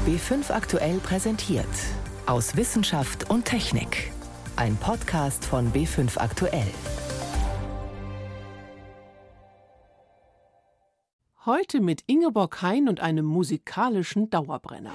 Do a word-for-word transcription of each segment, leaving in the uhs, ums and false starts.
B fünf aktuell präsentiert. Aus Wissenschaft und Technik. Ein Podcast von B fünf aktuell. Heute mit Ingeborg Hein und einem musikalischen Dauerbrenner.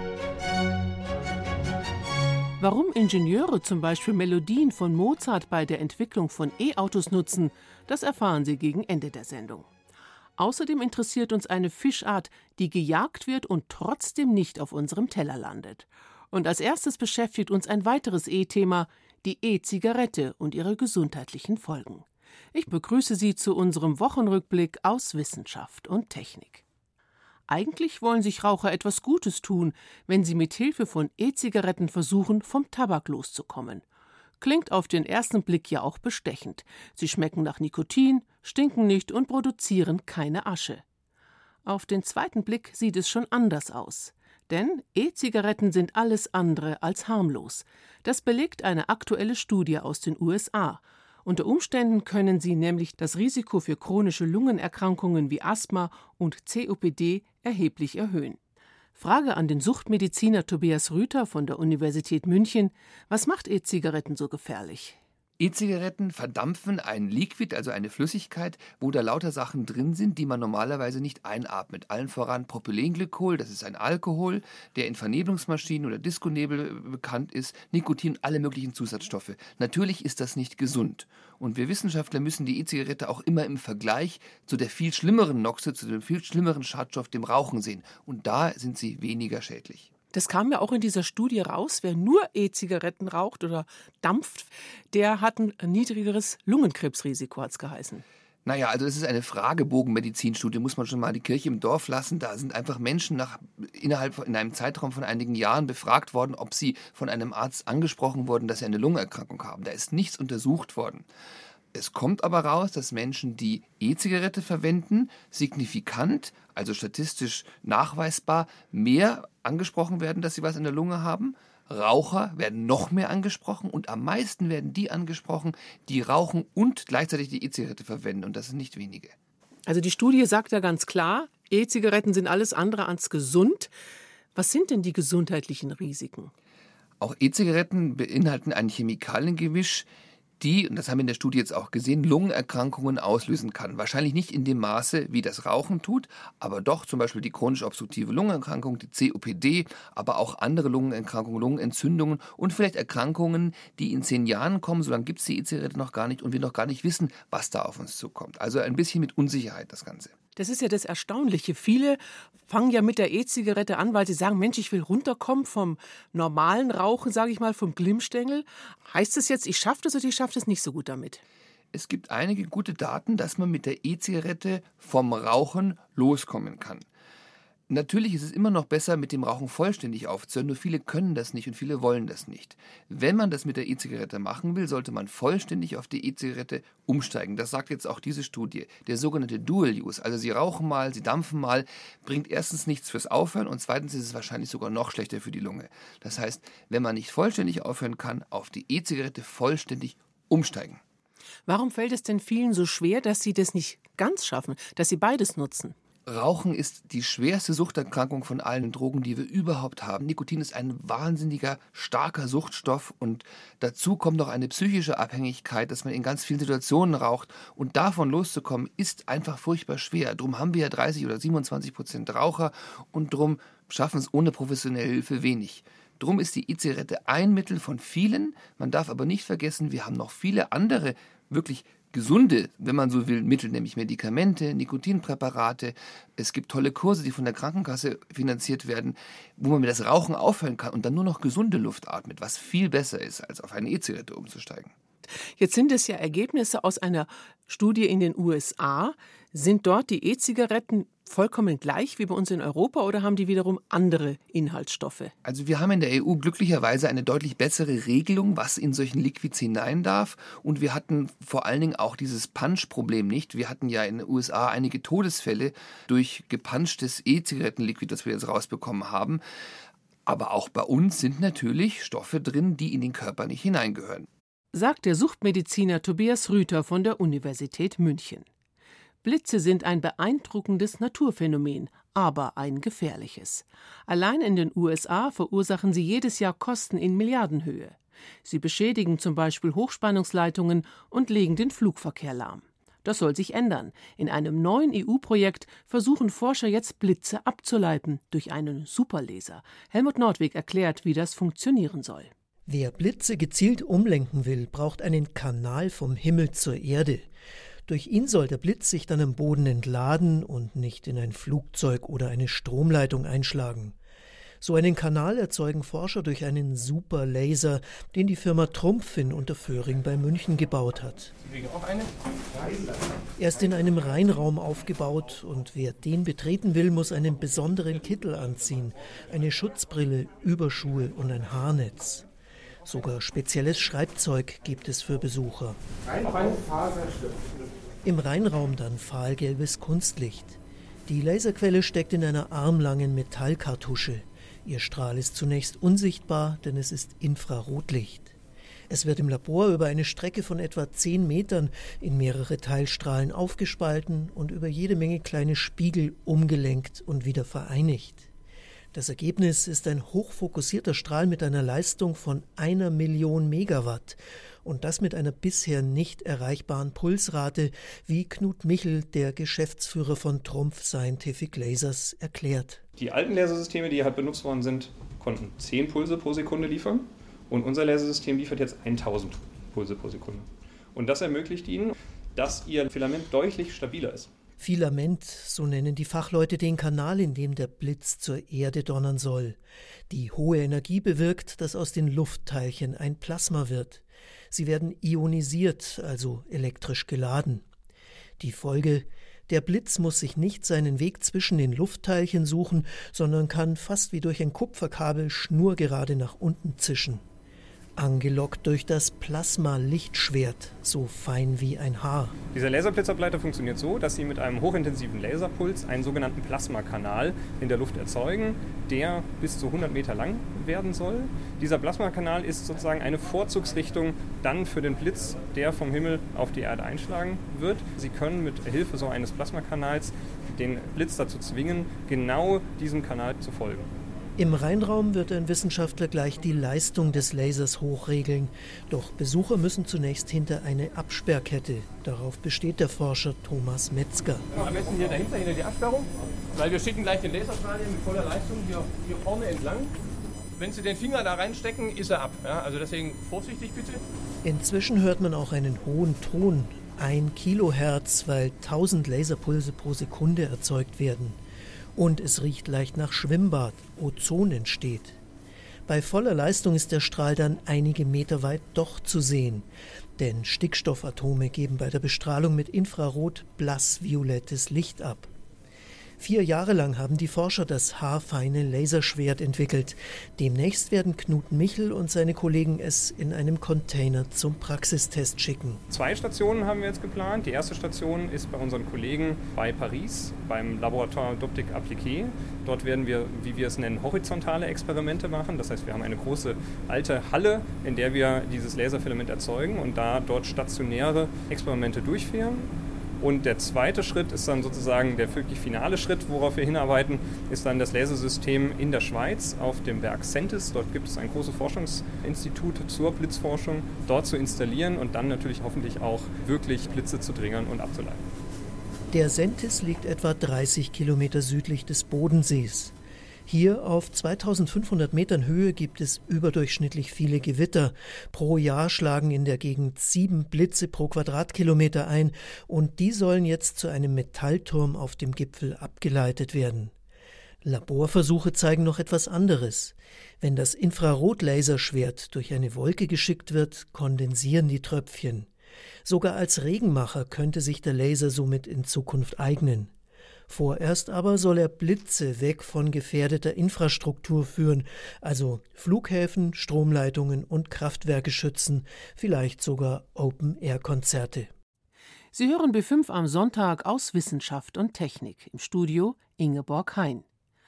Warum Ingenieure zum Beispiel Melodien von Mozart bei der Entwicklung von E-Autos nutzen, das erfahren Sie gegen Ende der Sendung. Außerdem interessiert uns eine Fischart, die gejagt wird und trotzdem nicht auf unserem Teller landet. Und als erstes beschäftigt uns ein weiteres E-Thema, die E-Zigarette und ihre gesundheitlichen Folgen. Ich begrüße Sie zu unserem Wochenrückblick aus Wissenschaft und Technik. Eigentlich wollen sich Raucher etwas Gutes tun, wenn sie mit Hilfe von E-Zigaretten versuchen, vom Tabak loszukommen. Klingt auf den ersten Blick ja auch bestechend. Sie schmecken nach Nikotin, stinken nicht und produzieren keine Asche. Auf den zweiten Blick sieht es schon anders aus. Denn E-Zigaretten sind alles andere als harmlos. Das belegt eine aktuelle Studie aus den U S A. Unter Umständen können sie nämlich das Risiko für chronische Lungenerkrankungen wie Asthma und C O P D erheblich erhöhen. Frage an den Suchtmediziner Tobias Rüther von der Universität München: Was macht E-Zigaretten so gefährlich? E-Zigaretten verdampfen ein Liquid, also eine Flüssigkeit, wo da lauter Sachen drin sind, die man normalerweise nicht einatmet. Allen voran Propylenglykol, das ist ein Alkohol, der in Vernebelungsmaschinen oder Disconebel bekannt ist, Nikotin, alle möglichen Zusatzstoffe. Natürlich ist das nicht gesund. Und wir Wissenschaftler müssen die E-Zigarette auch immer im Vergleich zu der viel schlimmeren Noxe, zu dem viel schlimmeren Schadstoff, dem Rauchen sehen. Und da sind sie weniger schädlich. Das kam ja auch in dieser Studie raus. Wer nur E-Zigaretten raucht oder dampft, der hat ein niedrigeres Lungenkrebsrisiko, hat es geheißen. Naja, also das ist eine Fragebogen-Medizinstudie, muss man schon mal die Kirche im Dorf lassen. Da sind einfach Menschen nach, innerhalb in einem Zeitraum von einigen Jahren befragt worden, ob sie von einem Arzt angesprochen wurden, dass sie eine Lungenerkrankung haben. Da ist nichts untersucht worden. Es kommt aber raus, dass Menschen, die E-Zigarette verwenden, signifikant, also statistisch nachweisbar, mehr angesprochen werden, dass sie was in der Lunge haben. Raucher werden noch mehr angesprochen und am meisten werden die angesprochen, die rauchen und gleichzeitig die E-Zigarette verwenden. Und das sind nicht wenige. Also die Studie sagt ja ganz klar, E-Zigaretten sind alles andere als gesund. Was sind denn die gesundheitlichen Risiken? Auch E-Zigaretten beinhalten ein Chemikaliengemisch, die, und das haben wir in der Studie jetzt auch gesehen, Lungenerkrankungen auslösen kann. Wahrscheinlich nicht in dem Maße, wie das Rauchen tut, aber doch zum Beispiel die chronisch obstruktive Lungenerkrankung, die C O P D, aber auch andere Lungenerkrankungen, Lungenentzündungen und vielleicht Erkrankungen, die in zehn Jahren kommen. So lange gibt es die E-Zigarette noch gar nicht und wir noch gar nicht wissen, was da auf uns zukommt. Also ein bisschen mit Unsicherheit das Ganze. Das ist ja das Erstaunliche. Viele fangen ja mit der E-Zigarette an, weil sie sagen, Mensch, ich will runterkommen vom normalen Rauchen, sage ich mal, vom Glimmstängel. Heißt das jetzt, ich schaffe das oder ich schaffe das nicht so gut damit? Es gibt einige gute Daten, dass man mit der E-Zigarette vom Rauchen loskommen kann. Natürlich ist es immer noch besser, mit dem Rauchen vollständig aufzuhören, nur viele können das nicht und viele wollen das nicht. Wenn man das mit der E-Zigarette machen will, sollte man vollständig auf die E-Zigarette umsteigen. Das sagt jetzt auch diese Studie. Der sogenannte Dual Use, also Sie rauchen mal, Sie dampfen mal, bringt erstens nichts fürs Aufhören und zweitens ist es wahrscheinlich sogar noch schlechter für die Lunge. Das heißt, wenn man nicht vollständig aufhören kann, auf die E-Zigarette vollständig umsteigen. Warum fällt es denn vielen so schwer, dass sie das nicht ganz schaffen, dass sie beides nutzen? Rauchen ist die schwerste Suchterkrankung von allen Drogen, die wir überhaupt haben. Nikotin ist ein wahnsinniger, starker Suchtstoff und dazu kommt noch eine psychische Abhängigkeit, dass man in ganz vielen Situationen raucht. Und davon loszukommen, ist einfach furchtbar schwer. Drum haben wir ja dreißig oder siebenundzwanzig Prozent Raucher und drum schaffen es ohne professionelle Hilfe wenig. Drum ist die E-Zigarette ein Mittel von vielen. Man darf aber nicht vergessen, wir haben noch viele andere wirklich gesunde, wenn man so will, Mittel, nämlich Medikamente, Nikotinpräparate. Es gibt tolle Kurse, die von der Krankenkasse finanziert werden, wo man mit das Rauchen aufhören kann und dann nur noch gesunde Luft atmet, was viel besser ist, als auf eine E-Zigarette umzusteigen. Jetzt sind es ja Ergebnisse aus einer Studie in den U S A. Sind dort die E-Zigaretten vollkommen gleich wie bei uns in Europa oder haben die wiederum andere Inhaltsstoffe? Also wir haben in der E U glücklicherweise eine deutlich bessere Regelung, was in solchen Liquids hinein darf. Und wir hatten vor allen Dingen auch dieses Punch-Problem nicht. Wir hatten ja in den U S A einige Todesfälle durch gepunchtes E-Zigarettenliquid, das wir jetzt rausbekommen haben. Aber auch bei uns sind natürlich Stoffe drin, die in den Körper nicht hineingehören. Sagt der Suchtmediziner Tobias Rüther von der Universität München. Blitze sind ein beeindruckendes Naturphänomen, aber ein gefährliches. Allein in den U S A verursachen sie jedes Jahr Kosten in Milliardenhöhe. Sie beschädigen zum Beispiel Hochspannungsleitungen und legen den Flugverkehr lahm. Das soll sich ändern. In einem neuen E U-Projekt versuchen Forscher jetzt Blitze abzuleiten durch einen Superlaser. Helmut Nordwig erklärt, wie das funktionieren soll. Wer Blitze gezielt umlenken will, braucht einen Kanal vom Himmel zur Erde. Durch ihn soll der Blitz sich dann am Boden entladen und nicht in ein Flugzeug oder eine Stromleitung einschlagen. So einen Kanal erzeugen Forscher durch einen Superlaser, den die Firma Trumpf in Unterföhring bei München gebaut hat. Er ist in einem Reinraum aufgebaut und wer den betreten will, muss einen besonderen Kittel anziehen, eine Schutzbrille, Überschuhe und ein Haarnetz. Sogar spezielles Schreibzeug gibt es für Besucher. Im Reinraum dann fahlgelbes Kunstlicht. Die Laserquelle steckt in einer armlangen Metallkartusche. Ihr Strahl ist zunächst unsichtbar, denn es ist Infrarotlicht. Es wird im Labor über eine Strecke von etwa zehn Metern in mehrere Teilstrahlen aufgespalten und über jede Menge kleine Spiegel umgelenkt und wieder vereinigt. Das Ergebnis ist ein hochfokussierter Strahl mit einer Leistung von einer Million Megawatt und das mit einer bisher nicht erreichbaren Pulsrate, wie Knut Michel, der Geschäftsführer von Trumpf Scientific Lasers, erklärt. Die alten Lasersysteme, die halt benutzt worden sind, konnten zehn Pulse pro Sekunde liefern und unser Lasersystem liefert jetzt tausend Pulse pro Sekunde. Und das ermöglicht ihnen, dass ihr Filament deutlich stabiler ist. Filament, so nennen die Fachleute den Kanal, in dem der Blitz zur Erde donnern soll. Die hohe Energie bewirkt, dass aus den Luftteilchen ein Plasma wird. Sie werden ionisiert, also elektrisch geladen. Die Folge: Der Blitz muss sich nicht seinen Weg zwischen den Luftteilchen suchen, sondern kann fast wie durch ein Kupferkabel schnurgerade nach unten zischen. Angelockt durch das Plasma-Lichtschwert, so fein wie ein Haar. Dieser Laserblitzableiter funktioniert so, dass Sie mit einem hochintensiven Laserpuls einen sogenannten Plasmakanal in der Luft erzeugen, der bis zu hundert Meter lang werden soll. Dieser Plasmakanal ist sozusagen eine Vorzugsrichtung dann für den Blitz, der vom Himmel auf die Erde einschlagen wird. Sie können mit Hilfe so eines Plasmakanals den Blitz dazu zwingen, genau diesem Kanal zu folgen. Im Reinraum wird ein Wissenschaftler gleich die Leistung des Lasers hochregeln. Doch Besucher müssen zunächst hinter eine Absperrkette. Darauf besteht der Forscher Thomas Metzger. Am besten hier dahinter, hinter die Absperrung, weil wir schicken gleich den Laserstrahl mit voller Leistung hier, hier vorne entlang. Wenn Sie den Finger da reinstecken, ist er ab. Ja, also deswegen vorsichtig bitte. Inzwischen hört man auch einen hohen Ton, ein Kilohertz, weil tausend Laserpulse pro Sekunde erzeugt werden. Und es riecht leicht nach Schwimmbad, Ozon entsteht. Bei voller Leistung ist der Strahl dann einige Meter weit doch zu sehen, denn Stickstoffatome geben bei der Bestrahlung mit Infrarot blassviolettes Licht ab. Vier Jahre lang haben die Forscher das haarfeine Laserschwert entwickelt. Demnächst werden Knut Michel und seine Kollegen es in einem Container zum Praxistest schicken. Zwei Stationen haben wir jetzt geplant. Die erste Station ist bei unseren Kollegen bei Paris, beim Laboratoire d'Optique Appliquée. Dort werden wir, wie wir es nennen, horizontale Experimente machen. Das heißt, wir haben eine große alte Halle, in der wir dieses Laserfilament erzeugen und da dort stationäre Experimente durchführen. Und der zweite Schritt ist dann sozusagen der wirklich finale Schritt, worauf wir hinarbeiten, ist dann das Lasersystem in der Schweiz auf dem Berg Sentis. Dort gibt es ein großes Forschungsinstitut zur Blitzforschung, dort zu installieren und dann natürlich hoffentlich auch wirklich Blitze zu triggern und abzuleiten. Der Sentis liegt etwa dreißig Kilometer südlich des Bodensees. Hier auf zweitausendfünfhundert Metern Höhe gibt es überdurchschnittlich viele Gewitter. Pro Jahr schlagen in der Gegend sieben Blitze pro Quadratkilometer ein und die sollen jetzt zu einem Metallturm auf dem Gipfel abgeleitet werden. Laborversuche zeigen noch etwas anderes. Wenn das Infrarotlaserschwert durch eine Wolke geschickt wird, kondensieren die Tröpfchen. Sogar als Regenmacher könnte sich der Laser somit in Zukunft eignen. Vorerst aber soll er Blitze weg von gefährdeter Infrastruktur führen, also Flughäfen, Stromleitungen und Kraftwerke schützen, vielleicht sogar Open-Air-Konzerte. Sie hören B fünf am Sonntag aus Wissenschaft und Technik. Im Studio Ingeborg Hein.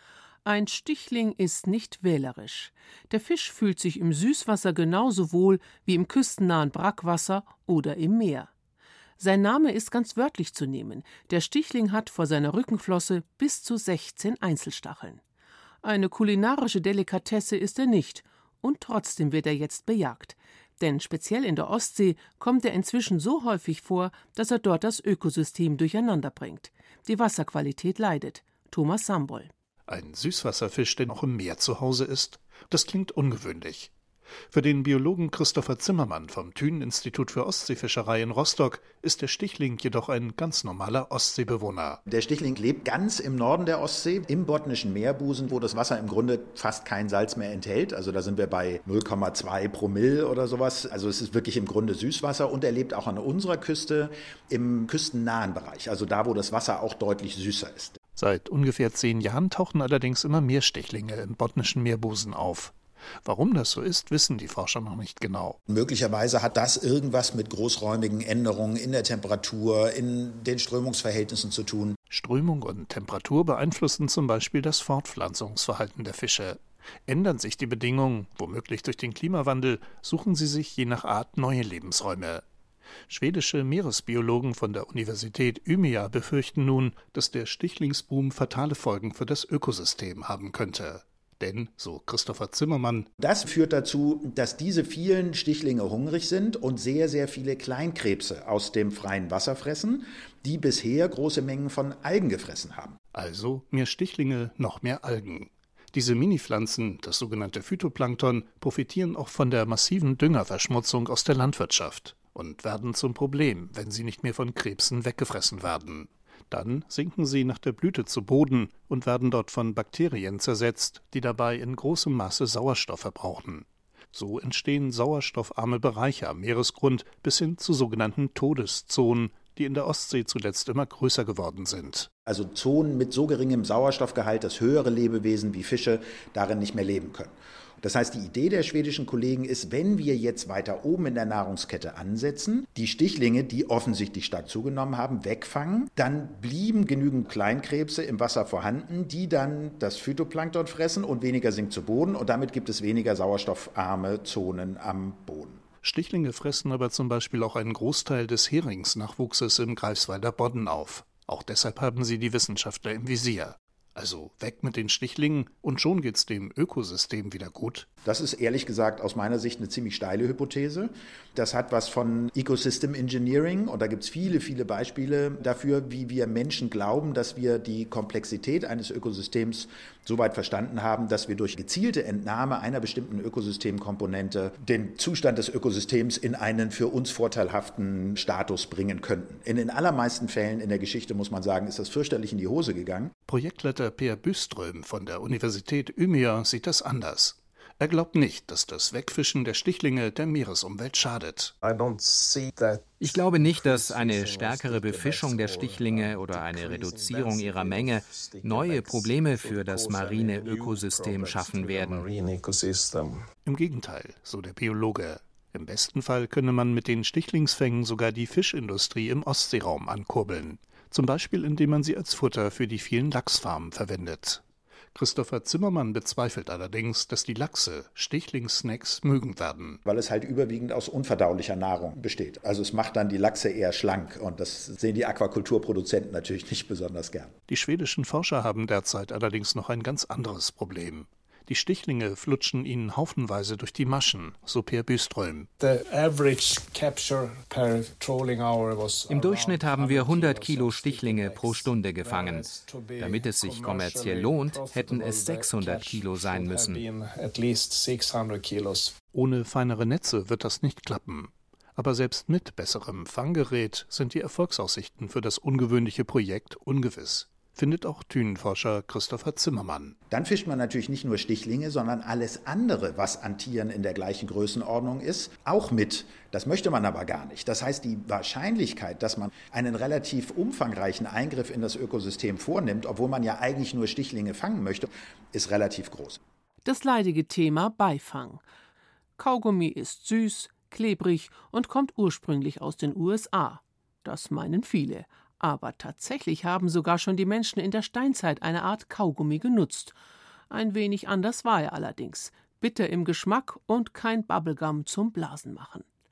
Ein Stichling ist nicht wählerisch. Der Fisch fühlt sich im Süßwasser genauso wohl wie im küstennahen Brackwasser oder im Meer. Sein Name ist ganz wörtlich zu nehmen. Der Stichling hat vor seiner Rückenflosse bis zu sechzehn Einzelstacheln. Eine kulinarische Delikatesse ist er nicht, und trotzdem wird er jetzt bejagt. Denn speziell in der Ostsee kommt er inzwischen so häufig vor, dass er dort das Ökosystem durcheinander bringt. Die Wasserqualität leidet. Thomas Sambol. Ein Süßwasserfisch, der noch im Meer zu Hause ist? Das klingt ungewöhnlich. Für den Biologen Christopher Zimmermann vom Thünen-Institut für Ostseefischerei in Rostock ist der Stichling jedoch ein ganz normaler Ostseebewohner. Der Stichling lebt ganz im Norden der Ostsee, im Botnischen Meerbusen, wo das Wasser im Grunde fast kein Salz mehr enthält. Also da sind wir bei null Komma zwei Promille oder sowas. Also es ist wirklich im Grunde Süßwasser, und er lebt auch an unserer Küste im küstennahen Bereich, also da, wo das Wasser auch deutlich süßer ist. Seit ungefähr zehn Jahren tauchen allerdings immer mehr Stichlinge im Botnischen Meerbusen auf. Warum das so ist, wissen die Forscher noch nicht genau. Möglicherweise hat das irgendwas mit großräumigen Änderungen in der Temperatur, in den Strömungsverhältnissen zu tun. Strömung und Temperatur beeinflussen zum Beispiel das Fortpflanzungsverhalten der Fische. Ändern sich die Bedingungen, womöglich durch den Klimawandel, suchen sie sich je nach Art neue Lebensräume. Schwedische Meeresbiologen von der Universität Umeå befürchten nun, dass der Stichlingsboom fatale Folgen für das Ökosystem haben könnte. Denn, so Christopher Zimmermann, das führt dazu, dass diese vielen Stichlinge hungrig sind und sehr, sehr viele Kleinkrebse aus dem freien Wasser fressen, die bisher große Mengen von Algen gefressen haben. Also mehr Stichlinge, noch mehr Algen. Diese Minipflanzen, das sogenannte Phytoplankton, profitieren auch von der massiven Düngerverschmutzung aus der Landwirtschaft und werden zum Problem, wenn sie nicht mehr von Krebsen weggefressen werden. Dann sinken sie nach der Blüte zu Boden und werden dort von Bakterien zersetzt, die dabei in großem Maße Sauerstoff verbrauchen. So entstehen sauerstoffarme Bereiche am Meeresgrund bis hin zu sogenannten Todeszonen, die in der Ostsee zuletzt immer größer geworden sind. Also Zonen mit so geringem Sauerstoffgehalt, dass höhere Lebewesen wie Fische darin nicht mehr leben können. Das heißt, die Idee der schwedischen Kollegen ist, wenn wir jetzt weiter oben in der Nahrungskette ansetzen, die Stichlinge, die offensichtlich stark zugenommen haben, wegfangen, dann blieben genügend Kleinkrebse im Wasser vorhanden, die dann das Phytoplankton fressen und weniger sinkt zu Boden, und damit gibt es weniger sauerstoffarme Zonen am Boden. Stichlinge fressen aber zum Beispiel auch einen Großteil des Heringsnachwuchses im Greifswalder Bodden auf. Auch deshalb haben sie die Wissenschaftler im Visier. Also weg mit den Stichlingen und schon geht's dem Ökosystem wieder gut? Das ist ehrlich gesagt aus meiner Sicht eine ziemlich steile Hypothese. Das hat was von Ecosystem Engineering, und da gibt es viele, viele Beispiele dafür, wie wir Menschen glauben, dass wir die Komplexität eines Ökosystems so weit verstanden haben, dass wir durch gezielte Entnahme einer bestimmten Ökosystemkomponente den Zustand des Ökosystems in einen für uns vorteilhaften Status bringen könnten. In den allermeisten Fällen in der Geschichte, muss man sagen, ist das fürchterlich in die Hose gegangen. Projektleiter Per Byström von der Universität Umeå sieht das anders. Er glaubt nicht, dass das Wegfischen der Stichlinge der Meeresumwelt schadet. Ich glaube nicht, dass eine stärkere Befischung der Stichlinge oder eine Reduzierung ihrer Menge neue Probleme für das marine Ökosystem schaffen werden. Im Gegenteil, so der Biologe. Im besten Fall könne man mit den Stichlingsfängen sogar die Fischindustrie im Ostseeraum ankurbeln. Zum Beispiel, indem man sie als Futter für die vielen Lachsfarmen verwendet. Christopher Zimmermann bezweifelt allerdings, dass die Lachse Stichlingssnacks mögen werden. Weil es halt überwiegend aus unverdaulicher Nahrung besteht. Also es macht dann die Lachse eher schlank, und das sehen die Aquakulturproduzenten natürlich nicht besonders gern. Die schwedischen Forscher haben derzeit allerdings noch ein ganz anderes Problem. Die Stichlinge flutschen ihnen haufenweise durch die Maschen, so Per Byström. Im Durchschnitt haben wir hundert Kilo Stichlinge pro Stunde gefangen. Damit es sich kommerziell lohnt, hätten es sechshundert Kilo sein müssen. Ohne feinere Netze wird das nicht klappen. Aber selbst mit besserem Fanggerät sind die Erfolgsaussichten für das ungewöhnliche Projekt ungewiss. Findet auch Thünenforscher Christopher Zimmermann. Dann fischt man natürlich nicht nur Stichlinge, sondern alles andere, was an Tieren in der gleichen Größenordnung ist, auch mit. Das möchte man aber gar nicht. Das heißt, die Wahrscheinlichkeit, dass man einen relativ umfangreichen Eingriff in das Ökosystem vornimmt, obwohl man ja eigentlich nur Stichlinge fangen möchte, ist relativ groß. Das leidige Thema Beifang. Kaugummi ist süß, klebrig und kommt ursprünglich aus den U S A. Das meinen viele. Aber tatsächlich haben sogar schon die Menschen in der Steinzeit eine Art Kaugummi genutzt. Ein wenig anders war er allerdings. Bitter im Geschmack und kein Bubblegum zum Blasenmachen.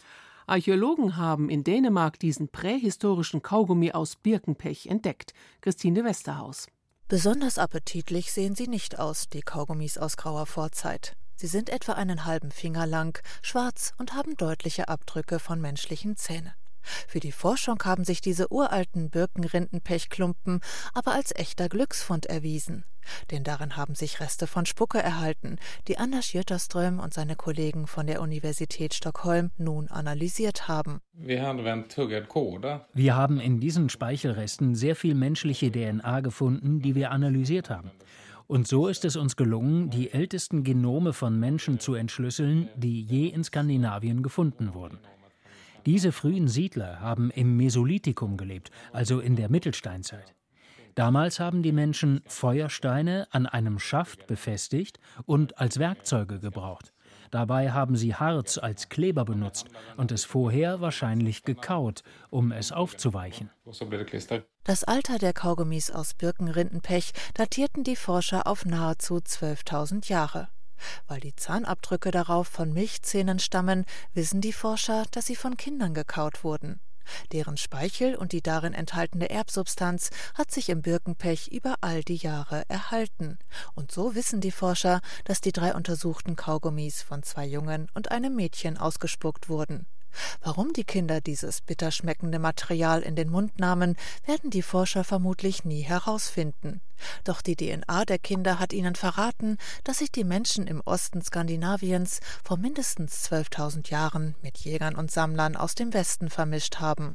Archäologen haben in Dänemark diesen prähistorischen Kaugummi aus Birkenpech entdeckt. Christine Westerhaus. Besonders appetitlich sehen sie nicht aus, die Kaugummis aus grauer Vorzeit. Sie sind etwa einen halben Finger lang, schwarz und haben deutliche Abdrücke von menschlichen Zähnen. Für die Forschung haben sich diese uralten Birkenrindenpechklumpen aber als echter Glücksfund erwiesen. Denn darin haben sich Reste von Spucke erhalten, die Anders Götterström und seine Kollegen von der Universität Stockholm nun analysiert haben. Wir haben in diesen Speichelresten sehr viel menschliche D N A gefunden, die wir analysiert haben. Und so ist es uns gelungen, die ältesten Genome von Menschen zu entschlüsseln, die je in Skandinavien gefunden wurden. Diese frühen Siedler haben im Mesolithikum gelebt, also in der Mittelsteinzeit. Damals haben die Menschen Feuersteine an einem Schaft befestigt und als Werkzeuge gebraucht. Dabei haben sie Harz als Kleber benutzt und es vorher wahrscheinlich gekaut, um es aufzuweichen. Das Alter der Kaugummis aus Birkenrindenpech datierten die Forscher auf nahezu zwölftausend Jahre. Weil die Zahnabdrücke darauf von Milchzähnen stammen, wissen die Forscher, dass sie von Kindern gekaut wurden. Deren Speichel und die darin enthaltene Erbsubstanz hat sich im Birkenpech über all die Jahre erhalten. Und so wissen die Forscher, dass die drei untersuchten Kaugummis von zwei Jungen und einem Mädchen ausgespuckt wurden. Warum die Kinder dieses bitter schmeckende Material in den Mund nahmen, werden die Forscher vermutlich nie herausfinden. Doch die D N A der Kinder hat ihnen verraten, dass sich die Menschen im Osten Skandinaviens vor mindestens zwölftausend Jahren mit Jägern und Sammlern aus dem Westen vermischt haben.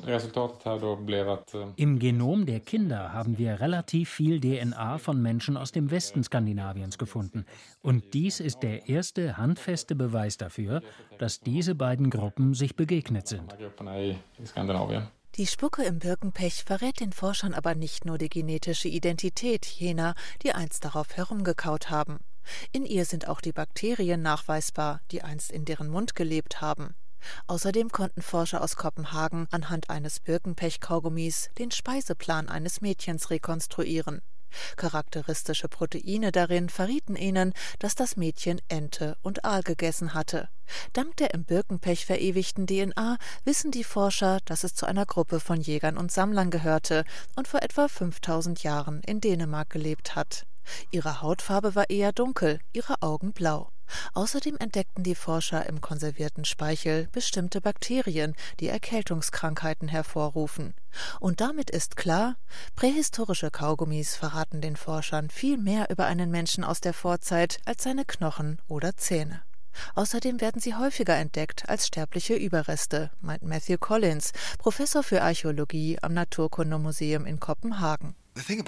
Im Genom der Kinder haben wir relativ viel D N A von Menschen aus dem Westen Skandinaviens gefunden. Und dies ist der erste handfeste Beweis dafür, dass diese beiden Gruppen sich begegnet sind. Die Spucke im Birkenpech verrät den Forschern aber nicht nur die genetische Identität jener, die einst darauf herumgekaut haben. In ihr sind auch die Bakterien nachweisbar, die einst in deren Mund gelebt haben. Außerdem konnten Forscher aus Kopenhagen anhand eines Birkenpech-Kaugummis den Speiseplan eines Mädchens rekonstruieren. Charakteristische Proteine darin verrieten ihnen, dass das Mädchen Ente und Aal gegessen hatte. Dank der im Birkenpech verewigten D N A wissen die Forscher, dass es zu einer Gruppe von Jägern und Sammlern gehörte und vor etwa fünftausend Jahren in Dänemark gelebt hat. Ihre Hautfarbe war eher dunkel, ihre Augen blau. Außerdem entdeckten die Forscher im konservierten Speichel bestimmte Bakterien, die Erkältungskrankheiten hervorrufen. Und damit ist klar, prähistorische Kaugummis verraten den Forschern viel mehr über einen Menschen aus der Vorzeit als seine Knochen oder Zähne. Außerdem werden sie häufiger entdeckt als sterbliche Überreste, meint Matthew Collins, Professor für Archäologie am Naturkundemuseum in Kopenhagen.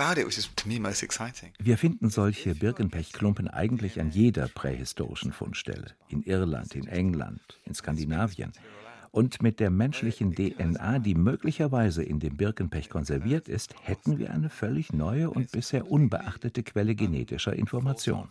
Wir finden solche Birkenpechklumpen eigentlich an jeder prähistorischen Fundstelle. In Irland, in England, in Skandinavien. Und mit der menschlichen D N A, die möglicherweise in dem Birkenpech konserviert ist, hätten wir eine völlig neue und bisher unbeachtete Quelle genetischer Information.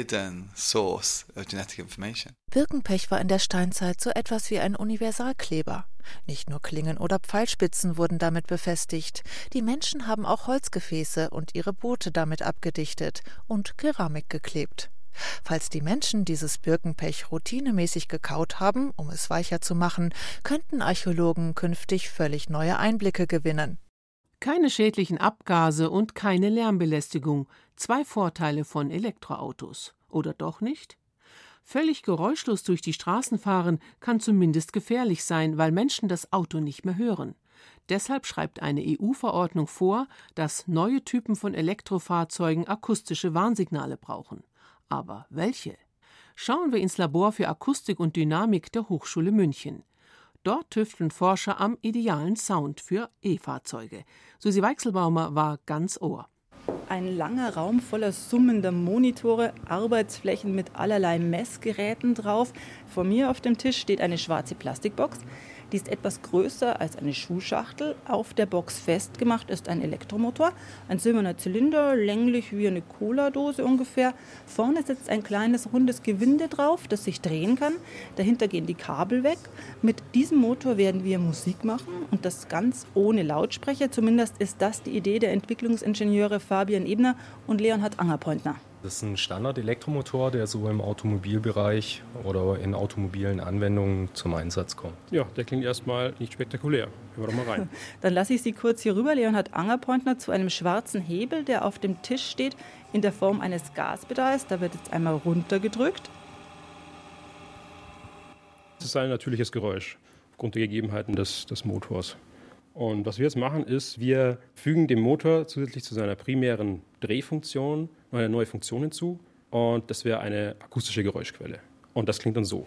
Birkenpech war in der Steinzeit so etwas wie ein Universalkleber. Nicht nur Klingen oder Pfeilspitzen wurden damit befestigt. Die Menschen haben auch Holzgefäße und ihre Boote damit abgedichtet und Keramik geklebt. Falls die Menschen dieses Birkenpech routinemäßig gekaut haben, um es weicher zu machen, könnten Archäologen künftig völlig neue Einblicke gewinnen. Keine schädlichen Abgase und keine Lärmbelästigung. Zwei Vorteile von Elektroautos. Oder doch nicht? Völlig geräuschlos durch die Straßen fahren kann zumindest gefährlich sein, weil Menschen das Auto nicht mehr hören. Deshalb schreibt eine E U-Verordnung vor, dass neue Typen von Elektrofahrzeugen akustische Warnsignale brauchen. Aber welche? Schauen wir ins Labor für Akustik und Dynamik der Hochschule München. Dort tüfteln Forscher am idealen Sound für E-Fahrzeuge. Susi Weichselbaumer war ganz Ohr. Ein langer Raum voller summender Monitore, Arbeitsflächen mit allerlei Messgeräten drauf. Vor mir auf dem Tisch steht eine schwarze Plastikbox. Die ist etwas größer als eine Schuhschachtel. Auf der Box festgemacht ist ein Elektromotor, ein silberner Zylinder, länglich wie eine Cola-Dose ungefähr. Vorne sitzt ein kleines rundes Gewinde drauf, das sich drehen kann. Dahinter gehen die Kabel weg. Mit diesem Motor werden wir Musik machen und das ganz ohne Lautsprecher. Zumindest ist das die Idee der Entwicklungsingenieure Fabian Ebner und Leonhard Angerpointner. Das ist ein Standard-Elektromotor, der so im Automobilbereich oder in automobilen Anwendungen zum Einsatz kommt. Ja, der klingt erstmal nicht spektakulär. Hören wir doch mal rein. Dann lasse ich Sie kurz hier rüber, Leonhard Angerpointner, zu einem schwarzen Hebel, der auf dem Tisch steht, in der Form eines Gaspedals. Da wird jetzt einmal runtergedrückt. Das ist ein natürliches Geräusch aufgrund der Gegebenheiten des, des Motors. Und was wir jetzt machen, ist, wir fügen dem Motor zusätzlich zu seiner primären Drehfunktion noch eine neue Funktion hinzu. Und das wäre eine akustische Geräuschquelle. Und das klingt dann so.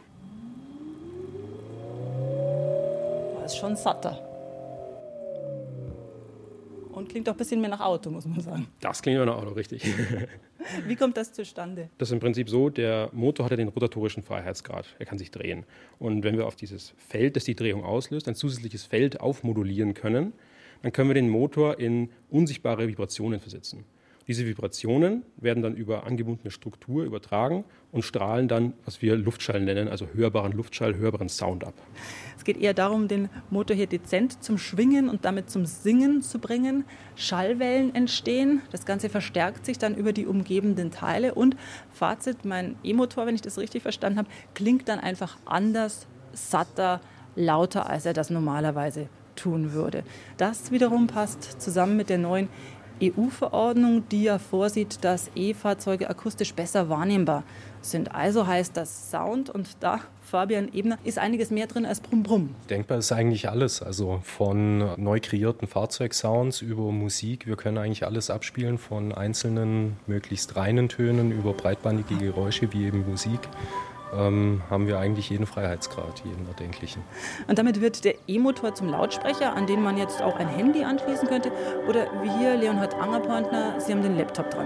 Das ist schon satter. Und klingt auch ein bisschen mehr nach Auto, muss man sagen. Das klingt mehr nach Auto, richtig. Wie kommt das zustande? Das ist im Prinzip so, der Motor hat ja den rotatorischen Freiheitsgrad. Er kann sich drehen. Und wenn wir auf dieses Feld, das die Drehung auslöst, ein zusätzliches Feld aufmodulieren können, dann können wir den Motor in unsichtbare Vibrationen versetzen. Diese Vibrationen werden dann über angebundene Struktur übertragen und strahlen dann, was wir Luftschall nennen, also hörbaren Luftschall, hörbaren Sound ab. Es geht eher darum, den Motor hier dezent zum Schwingen und damit zum Singen zu bringen. Schallwellen entstehen, das Ganze verstärkt sich dann über die umgebenden Teile und Fazit, mein E-Motor, wenn ich das richtig verstanden habe, klingt dann einfach anders, satter, lauter, als er das normalerweise tun würde. Das wiederum passt zusammen mit der neuen E U-Verordnung, die ja vorsieht, dass E-Fahrzeuge akustisch besser wahrnehmbar sind. Also heißt das Sound, und da, Fabian Ebner, ist einiges mehr drin als Brumm-Brumm. Denkbar ist eigentlich alles, also von neu kreierten Fahrzeugsounds über Musik. Wir können eigentlich alles abspielen, von einzelnen, möglichst reinen Tönen über breitbandige Geräusche wie eben Musik. Ähm, haben wir eigentlich jeden Freiheitsgrad, jeden erdenklichen. Und damit wird der E-Motor zum Lautsprecher, an den man jetzt auch ein Handy anschließen könnte. Oder wie hier Leonhard Angerpointner, Sie haben den Laptop dran.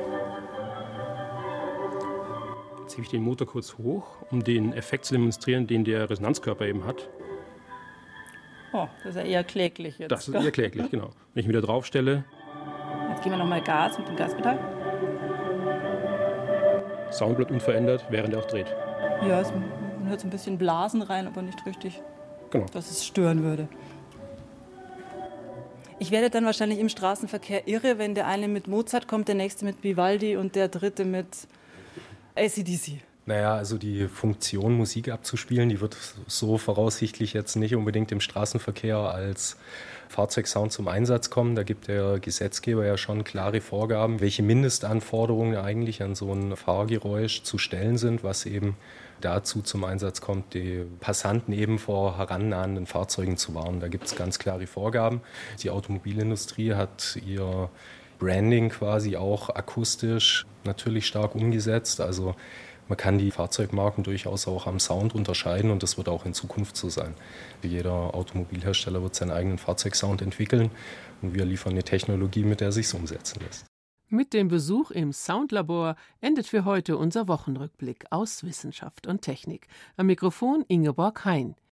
Jetzt hebe ich den Motor kurz hoch, um den Effekt zu demonstrieren, den der Resonanzkörper eben hat. Oh, das ist ja eher kläglich jetzt. Das ist eher kläglich, genau. Wenn ich ihn wieder draufstelle. Jetzt geben wir nochmal Gas mit dem Gaspedal. Sound bleibt unverändert, während er auch dreht. Ja, es, man hört so ein bisschen Blasen rein, aber nicht richtig, genau, dass es stören würde. Ich werde dann wahrscheinlich im Straßenverkehr irre, wenn der eine mit Mozart kommt, der nächste mit Vivaldi und der dritte mit A C D C. Naja, also die Funktion, Musik abzuspielen, die wird so voraussichtlich jetzt nicht unbedingt im Straßenverkehr als Fahrzeugsound zum Einsatz kommen. Da gibt der Gesetzgeber ja schon klare Vorgaben, welche Mindestanforderungen eigentlich an so ein Fahrgeräusch zu stellen sind, was eben dazu zum Einsatz kommt, die Passanten eben vor herannahenden Fahrzeugen zu warnen. Da gibt es ganz klare Vorgaben. Die Automobilindustrie hat ihr Branding quasi auch akustisch natürlich stark umgesetzt. Also man kann die Fahrzeugmarken durchaus auch am Sound unterscheiden und das wird auch in Zukunft so sein. Jeder Automobilhersteller wird seinen eigenen Fahrzeugsound entwickeln und wir liefern eine Technologie, mit der es sich umsetzen lässt. Mit dem Besuch im Soundlabor endet für heute unser Wochenrückblick aus Wissenschaft und Technik. Am Mikrofon Ingeborg Hein.